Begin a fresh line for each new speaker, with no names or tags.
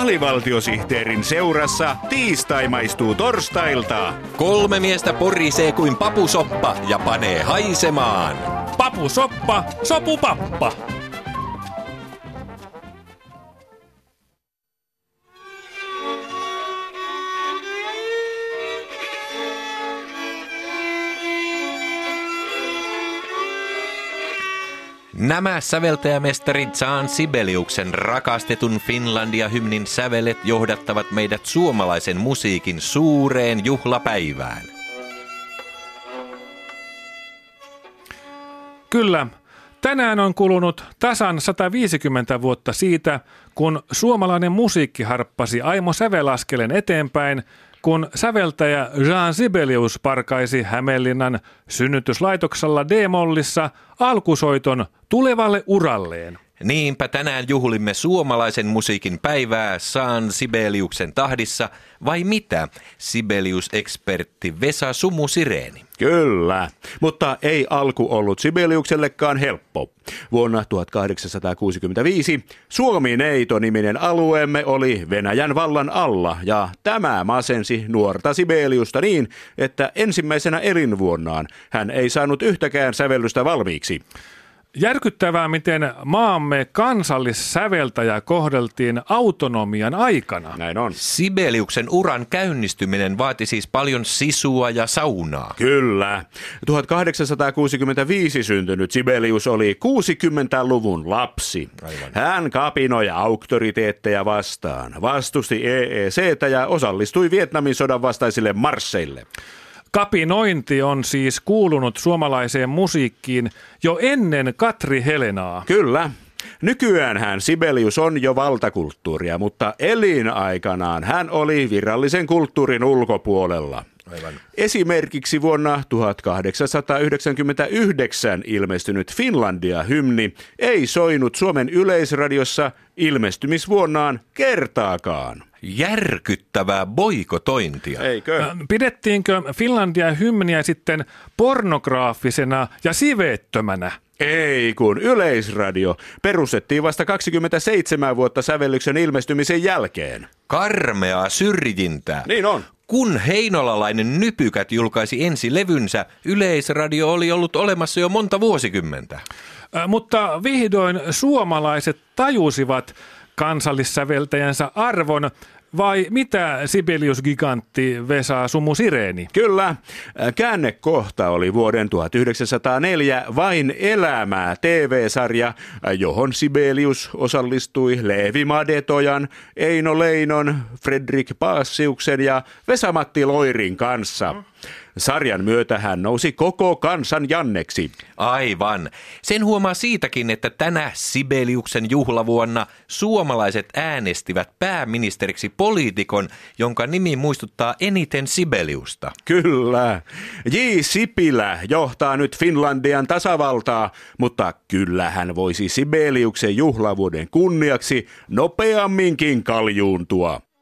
alivaltiosihteerin seurassa tiistai maistuu torstailta.
3 miestä porisee kuin papusoppa ja panee haisemaan.
Papusoppa, sopupappa.
Nämä säveltäjämestarit Jean Sibeliuksen rakastetun Finlandia-hymnin sävelet johdattavat meidät suomalaisen musiikin suureen juhlapäivään.
Kyllä, tänään on kulunut tasan 150 vuotta siitä, kun suomalainen musiikki harppasi aimo sävelaskelen eteenpäin, kun säveltäjä Jean Sibelius parkaisi Hämeenlinnan synnytyslaitoksella D-mollissa alkusoiton tulevalle uralleen.
Niinpä tänään juhlimme suomalaisen musiikin päivää Jean Sibeliuksen tahdissa, vai mitä, Sibelius-ekspertti Vesa Sumu-Sireeni?
Kyllä, mutta ei alku ollut Sibeliuksellekaan helppo. Vuonna 1865 Suomi-neito-niminen alueemme oli Venäjän vallan alla ja tämä masensi nuorta Sibeliusta niin, että ensimmäisenä elinvuonnaan hän ei saanut yhtäkään sävellystä valmiiksi.
Järkyttävää, miten maamme kansallissäveltäjä kohdeltiin autonomian aikana.
Näin on.
Sibeliuksen uran käynnistyminen vaati siis paljon sisua ja saunaa.
Kyllä. 1865 syntynyt Sibelius oli 60-luvun lapsi.
Aivan.
Hän kapinoi auktoriteetteja vastaan, vastusti EEC:tä ja osallistui Vietnamin sodan vastaisille marsseille.
Kapinointi on siis kuulunut suomalaiseen musiikkiin jo ennen Katri Helenaa.
Kyllä. Nykyäänhän Sibelius on jo valtakulttuuria, mutta elinaikanaan hän oli virallisen kulttuurin ulkopuolella.
Aivan.
Esimerkiksi vuonna 1899 ilmestynyt Finlandia-hymni ei soinut Suomen Yleisradiossa ilmestymisvuonnaan kertaakaan.
Järkyttävää boikotointia.
Eikö?
Pidettiinkö Finlandia-hymniä sitten pornograafisena ja siveettömänä?
Ei, kun Yleisradio perustettiin vasta 27 vuotta sävellyksen ilmestymisen jälkeen.
Karmeaa syrjintää.
Niin on.
Kun heinolalainen Nypykät julkaisi ensi levynsä, Yleisradio oli ollut olemassa jo monta vuosikymmentä.
Mutta vihdoin suomalaiset tajusivat kansallissäveltäjänsä arvon, vai mitä, Sibelius-gigantti Vesa Sumu-Sireeni?
Kyllä. Käännekohta oli vuoden 1904 Vain elämää TV-sarja, johon Sibelius osallistui Leevi Madetojan, Eino Leinon, Fredrik Paassiuksen ja Vesa-Matti Loirin kanssa. Sarjan myötä hän nousi koko kansan Janneksi.
Aivan. Sen huomaa siitäkin, että tänä Sibeliuksen juhlavuonna suomalaiset äänestivät pääministeriksi poliitikon, jonka nimi muistuttaa eniten Sibeliusta.
Kyllä. J. Sipilä johtaa nyt Finlandian tasavaltaa, mutta kyllä hän voisi Sibeliuksen juhlavuoden kunniaksi nopeamminkin kaljuuntua.